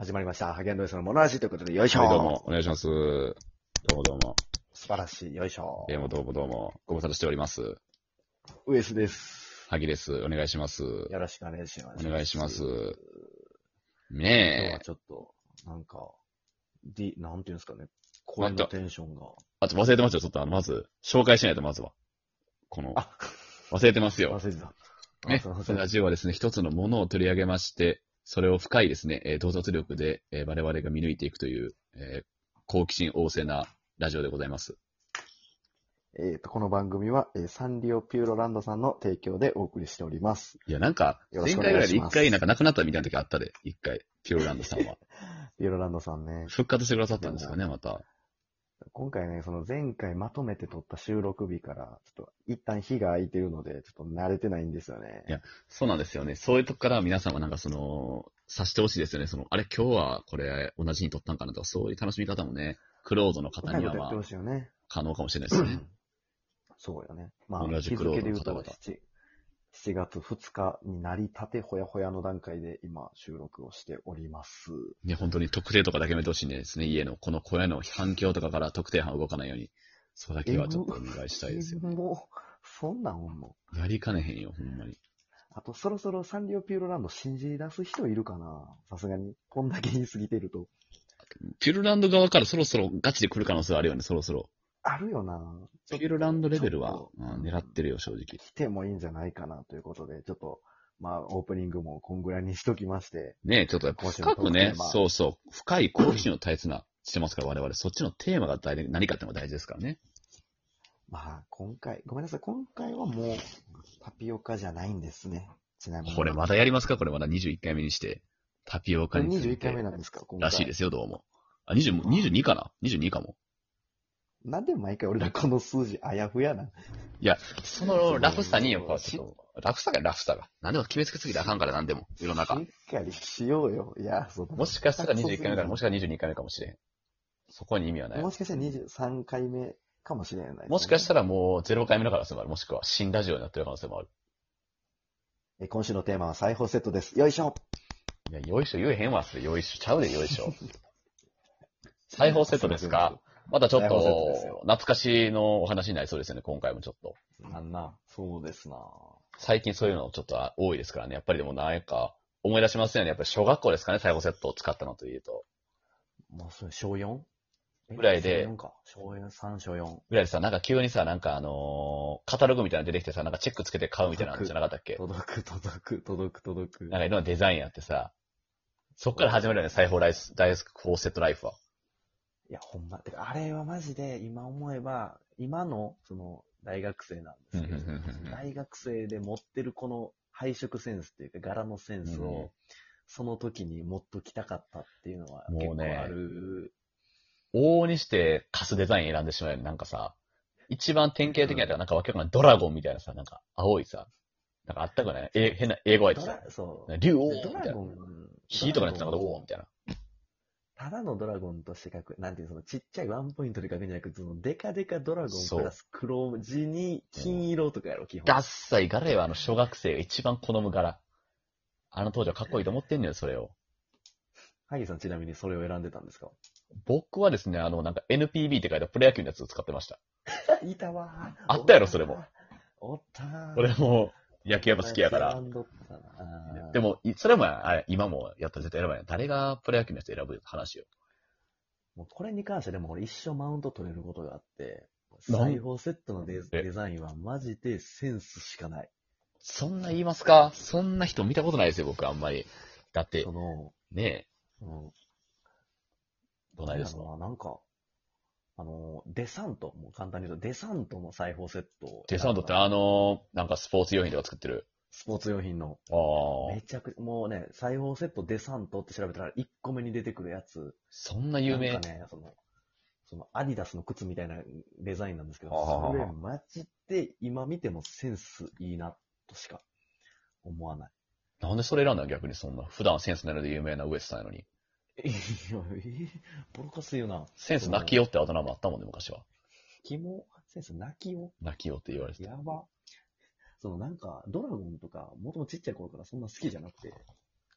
始まりました。ハゲンドレスのモノラジということで、よいしょ。 はい、どうも、お願いします。どうもどうも。 素晴らしい、よいしょ。 どうもどうも。ご無沙汰しております。 ウエスです。 萩です。お願いします。 よろしくお願いします。 お願いします。 今日ねえ。 はちょっと、なんか、なんていうんですかね、声のテンションが。 忘れてましたよ。ちょっとまず、紹介しないと、まずは。忘れてますよ。 忘れてた。 ね。 すいませんこのラジオはですね、一つのものを取り上げまして、それを深いですね、洞察力で、我々が見抜いていくという、好奇心旺盛なラジオでございます。 この番組は、サンリオピューロランドさんの提供でお送りしております。 いや、なんか、前回ぐらいで一回、亡くなったみたいな時あったで、一回、ピューロランドさんは。 ピューロランドさんね。 復活してくださったんですかね、また。 今回ね、その前回まとめて撮った収録日から、ちょっと一旦日が空いてるので、ちょっと慣れてないんですよね。 いや、そうなんですよね。そういうとこから皆さんはなんか察してほしいですよね。あれ今日はこれ同じに撮ったんかなとか、そういう楽しみ方もね、クローズの方にはやってほしいよね。 可能かもしれないですね。 そうよね。まあ、 同じクローズの方々。 7月2日になりたてほやほやの段階で今収録をしております。 いや、本当に特定とかだけやめてほしいんですね。家のこの小屋の反響とかから特定班動かないように。それだけはちょっとお願いしたいですよ。 もう、そんなんおんの？ やりかねへんよ、ほんまに。 あと、そろそろサンリオピューロランド信じ出す人いるかな？さすがに。こんだけ言い過ぎてると。 ピューロランド側からそろそろガチで来る可能性はあるよね、そろそろ。 あるよな。 ピューロランドレベルは、狙ってるよ、正直。 来てもいいんじゃないかなということで、ちょっと、まあ、オープニングもこんぐらいにしときまして。 ねえ、ちょっと深くね、そうそう、深い好奇心を大切なしてますから、我々。そっちのテーマが何かっていうのが大事ですからね。 まあ、ごめんなさい、今回はもう、タピオカじゃないんですね。ちなみに。 これまだやりますか？これまだ21回目にして。タピオカについて。 21回目なんですか？今回。 らしいですよ、どうも。22かな？ 22 かも。 なんで毎回俺らこの数字あやふやな。 いや、そのラフさに、やっぱちょっと、ラフさが。なんでも決めつけすぎてあかんから、なんでも。世の中。 しっかりしようよ。いや、 もしかしたら21回目から、もしかしたら22回目かもしれん。そこに意味はない。 もしかしたら23回目かもしれない、ね。 もしかしたらもう0回目の可能性もある。もしくは新ラジオになってる可能性もある。 今週のテーマは裁縫セットです。よいしょ。 いや、よいしょ言えへんわ、それ。よいしょちゃうで、よいしょ。裁縫セットですか？またちょっと、懐かしのお話になりそうですよね、今回もちょっと。 そうですな。 最近そういうのちょっと多いですからね。やっぱりでもなんか、思い出しますよね。やっぱり小学校ですかね、裁縫セットを使ったのというと。 まあ、それ小 4？ ぐらいで、 小4か。小4、3、小4。 ぐらいでさ、なんか急にさ、カタログみたいなの出てきてさ、なんかチェックつけて買うみたいなのじゃなかったっけ？ 届く。 なんかいろんなデザインあってさ、そっから始まるよね、裁縫セットライフは。 いや、ほんま。てか、あれはマジで、今思えば、今の、大学生なんですけど、大学生で持ってるこの配色センスっていうか、柄のセンスを、その時に持っときたかったっていうのは結構ある。 往々にしてカスデザイン選んでしまうよね。なんかさ、一番典型的ななんかわけわかんないドラゴンみたいなさ、なんか青いさ、なんかあったくない？変な英語入ってさ、竜王みたいな。火とかなってたのかどうみたいな。 ただのドラゴンとして書く、なんていうそのちっちゃいワンポイントで書くんじゃなくて、そのデカデカドラゴンプラス黒地に金色とかやろ、基本。 ダッサい柄よ、小学生が一番好む柄。あの当時はかっこいいと思ってんのよ、それを。 ハギさんちなみにそれを選んでたんですか？ 僕はですね、なんか NPB って書いたプロ野球のやつを使ってました。 いたわ。 あったやろ、それも。 おったー。 俺も野球やっぱ好きやから。でも、それも今もやったら絶対選ばない。誰がプロ野球のやつ選ぶ話よ。 もうこれに関してでも俺一生マウント取れることがあって、裁縫セットのデザインはマジでセンスしかない。 そんな言いますか？そんな人見たことないですよ、僕あんまり。だって、ねえ。どないですか？ なんか、デサント、もう簡単に言うと、デサントの裁縫セット。 デサントってなんかスポーツ用品とか作ってる。 スポーツ用品の。めちゃくちゃ、もうね、裁縫セットデサントって調べたら1個目に出てくるやつ。 そんな有名？ なんかね、アディダスの靴みたいなデザインなんですけど、それマジで今見てもセンスいいなとしか思わない。 なんでそれ選んだの？逆にそんな。普段センスないので有名なウエストなのに。 ボロカス言うな。 センス泣きよってあだ名もあったもんね、昔は。 センス泣きよ泣きよって言われてた。 やば。なんか、ドラゴンとか、もともとちっちゃい頃からそんな好きじゃなくて、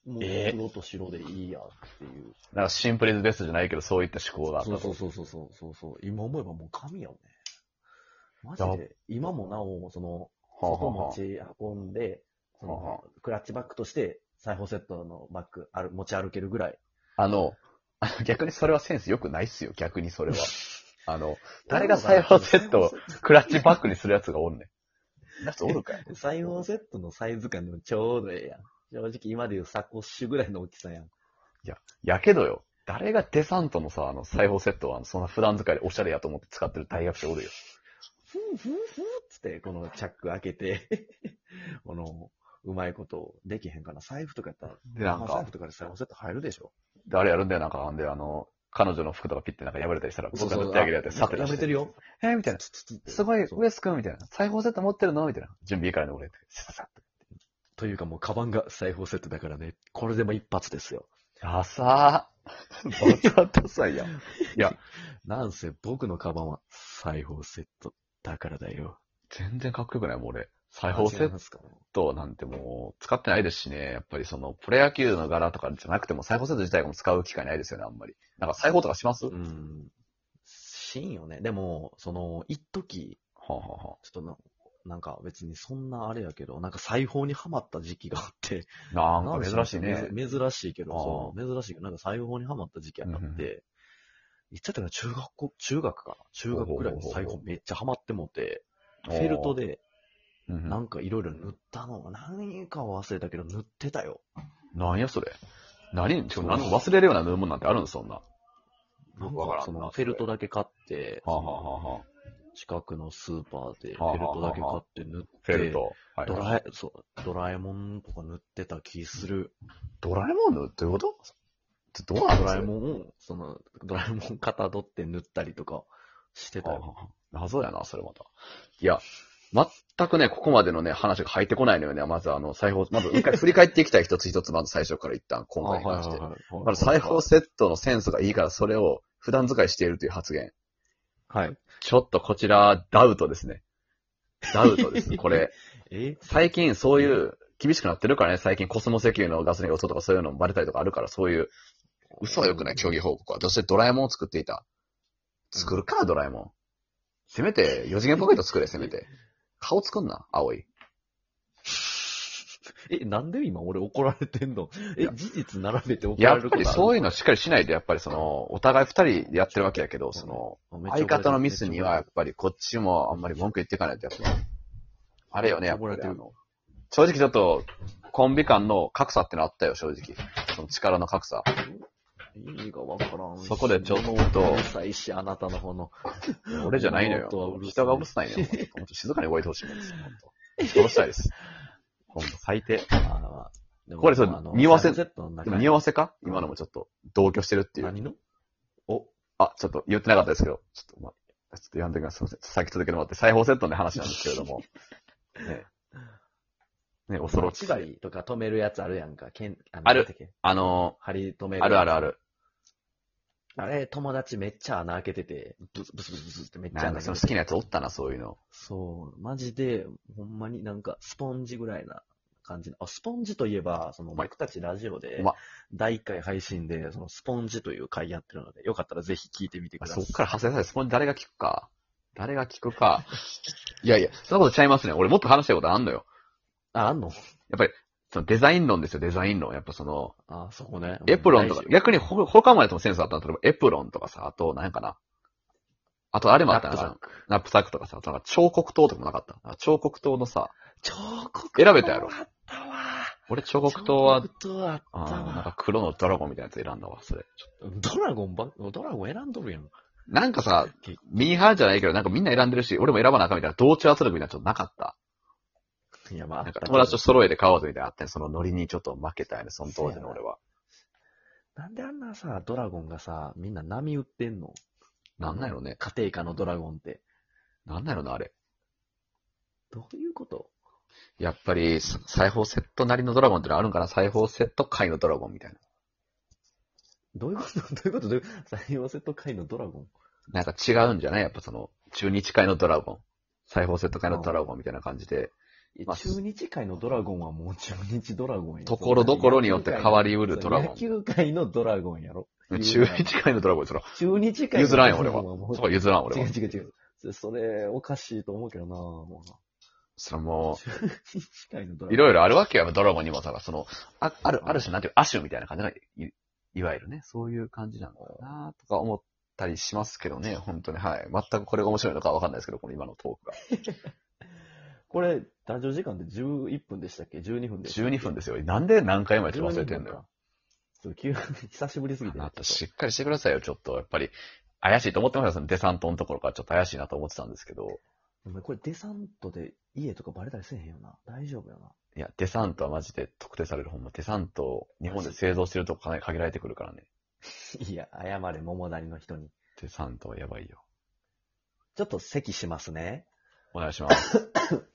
もう黒と白でいいやっていう。 なんかシンプルイズベストじゃないけど、そういった思考があったと。 そう。今思えばもう神やね。マジで、今もなお、外持ち運んで、クラッチバッグとして裁縫セットのバッグ持ち歩けるぐらい。 逆にそれはセンス良くないっすよ、逆にそれは。誰が裁縫セットをクラッチバッグにするやつがおるねん。やつおるかい。 裁縫セットのサイズ感でもちょうどええやん。正直今でいうサコッシュぐらいの大きさやん。 やけどよ。誰がデサントのさ、裁縫セットはそんな普段使いでおしゃれやと思って使ってる大学生おるよ。 ふんつって、このチャック開けて、うまいことできへんかな。財布とかやったら、 で、なんか、 財布とかで裁縫セット入るでしょ。 で、あれやるんだよ、なんか、彼女の服とかピッてなんか破れたりしたら、僕が塗ってあげるやつさってやめてるよ。 みたいな。すごい、ウエス君みたいな。裁縫セット持ってるのみたいな。準備いいからね、俺。さというかもう、カバンが裁縫セットだからね、これでも一発ですよ。 ダサー。バカダサいやん。いや、 なんせ僕のカバンは裁縫セットだからだよ。 全然かっこよくないもん、俺。裁縫セットなんてもう、使ってないですしね。やっぱりプロ野球の柄とかじゃなくても、裁縫セット自体も使う機会ないですよね、あんまり。なんか裁縫とかします？ しんよね。でも、一時、ちょっとなんか別にそんなあれやけど、なんか裁縫にハマった時期があって。 なんか珍しいね。 珍しいけど、なんか裁縫にハマった時期があって、言っちゃったら中学かな。中学ぐらいに裁縫めっちゃハマってもって、フェルトで、なんかいろいろ塗ったのが何か忘れたけど塗ってたよ。 なんやそれ。何忘れるような塗るもんなんてあるのそんな。 なんかフェルトだけ買って、近くのスーパーでフェルトだけ買って塗って、 フェルト。 ドラえもんとか塗ってた気する。 ドラえもん塗ってることドラえもんを、ドラえもんかたどって塗ったりとかしてたよ。 謎やな、それまた。いや、全くね、ここまでのね、話が入ってこないのよね。まず裁縫、まず一回振り返っていきたい一つ一つ、まず最初から一旦、今回に関して。まず裁縫セットのセンスがいいから、それを普段使いしているという発言。 はい。 ちょっとこちら、ダウトですね。ダウトです。これ。最近そういう、厳しくなってるからね、最近コスモ石油のガスに嘘とかそういうのもバレたりとかあるから、そういう、嘘は良くない競技報告は。どうしてドラえもんを作っていた。作るか、ドラえもん。せめて、4次元ポケット作れ、せめて。顔作んな、青い。 なんで今俺怒られてんの？事実並べて怒られることある？ やっぱりそういうのしっかりしないと、やっぱりお互い二人でやってるわけやけど、相方のミスにはやっぱりこっちもあんまり文句言っていかないと、やっぱり。あれよね、やっぱり正直ちょっと、コンビ間の格差ってのあったよ、正直。その力の格差。 意味がわからん。 そこでちょっと。 うるさいし、あなたの方の。 俺じゃないのよ。人がうるさいのよ。ほんと静かに動いてほしいもんです。ほんと。殺したいです。ほんと、最低。これ、匂わせか今のもちょっと、同居してるっていう。 何の？ ちょっと言ってなかったですけど、ちょっと言わんときます。すみません。先続けてもらって、裁縫セットの話なんですけれども。ね、恐ろしい。 縛りとか止めるやつあるやんか。 ある。 針止める。 ある。 あれ、友達めっちゃ穴開けてて、ブスってめっちゃ穴開けてて。 好きなやつおったな、そういうの。 そう。マジで、ほんまになんか、スポンジぐらいな感じ。スポンジといえば、僕たちラジオで、第1回配信で、スポンジという回やってるので、よかったらぜひ聞いてみてください。 そっから派生されスポンジ誰が聞くか。いや、そんなことちゃいますね。俺もっと話したいことあんのよ。 あんの？ やっぱり、デザイン論ですよ、デザイン論。やっぱそこね。 エプロンとか、逆に他もやってもセンスあったら、例えばエプロンとかさ、あと、何かな。あと、あれもあったな。ナップサックとかさ、なんか彫刻刀とかもなかった。彫刻刀のさ、選べたやろ。俺彫刻刀は、なんか黒のドラゴンみたいなやつ選んだわ、それ。 ドラゴン選んどるやん。 なんかさ、ミーハーじゃないけど、なんかみんな選んでるし、俺も選ばなあかんみたいな、同調圧力みたいなちょっとなかった。 いや、 なんか友達と揃えて買おうぜみたいなあって、そのノリにちょっと負けたよね、その当時の俺は。 なんであんなさ、ドラゴンがさ、みんな波打ってんの？ なんなんやろね。 家庭科のドラゴンって。 なんなんやろな、あれ。 どういうこと？ やっぱり、裁縫セットなりのドラゴンってのあるんかな？裁縫セット界のドラゴンみたいな。 どういうこと裁縫セット界のドラゴン？ なんか違うんじゃない？やっぱ中日界のドラゴン。裁縫セット界のドラゴンみたいな感じで。 中日界のドラゴンはもう中日ドラゴンや。 ところどころによって変わりうるドラゴン。 野球界のドラゴンやろ。 中日界のドラゴン、そら。 中日界の譲らんよ、俺は。そこ譲らん、俺は。 違う。それ、おかしいと思うけどなもうな。 それも中日界のドラゴン。 いろいろあるわけや、ドラゴンにもさ、ある種、なんていう、亜種みたいな感じな、いわゆるね、そういう感じなのかなとか思ったりしますけどね、本当に、はい。全くこれが面白いのかわかんないですけど、この今のトークが。 これ、ラジオ時間で11分でしたっけ ?12 分でしたっけ ?12 分ですよ。なんで何回もやって忘れてんのよ。 久しぶりすぎて。 あとしっかりしてくださいよ、ちょっと。やっぱり、怪しいと思ってましたデサントのところからちょっと怪しいなと思ってたんですけど。 これデサントで家とかバレたりせえへんよな。大丈夫よな。 いや、デサントはマジで特定される。ほんま、デサント、日本で製造してるとこかなり限られてくるからね。 いや、謝れ、桃谷の人に。 デサントはやばいよ。 ちょっと咳しますね。 お願いします。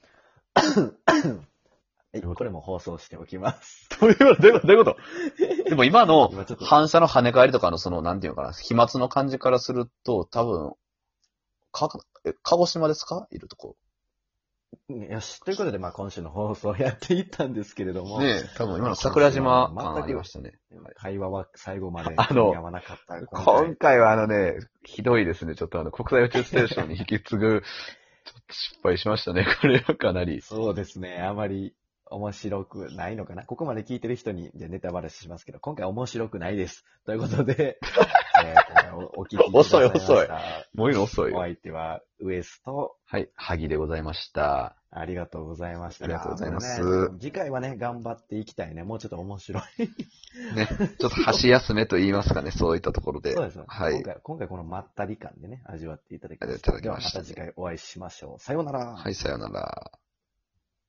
これも放送しておきます。 どういうことでも今の反射の跳ね返りとかのなんていうのかな、飛沫の感じからすると、多分、鹿児島ですかいるとこ。 よし。ということで、今週の放送をやっていったんですけれども。 ね多分今の桜島感ありましたね。 会話は最後までやわなかった。 今回はひどいですね。ちょっと国際宇宙ステーションに引き継ぐ、ちょっと失敗しましたね。これはかなり。 そうですね。あまり面白くないのかな。ここまで聞いてる人にネタバラシしますけど、今回面白くないです。ということで、お聞きくださいました。 遅い。もういいの遅い。 お相手はウエスと、 はい、萩でございました。 ありがとうございました。 ありがとうございます。 次回はね、頑張っていきたいね。もうちょっと面白い。 ね、ちょっと箸休めと言いますかね、そういったところで。 そうです。 はい。 今回このまったり感でね、味わっていただきました。 いただきました。 ではまた次回お会いしましょう。さようなら。 はい、さようなら。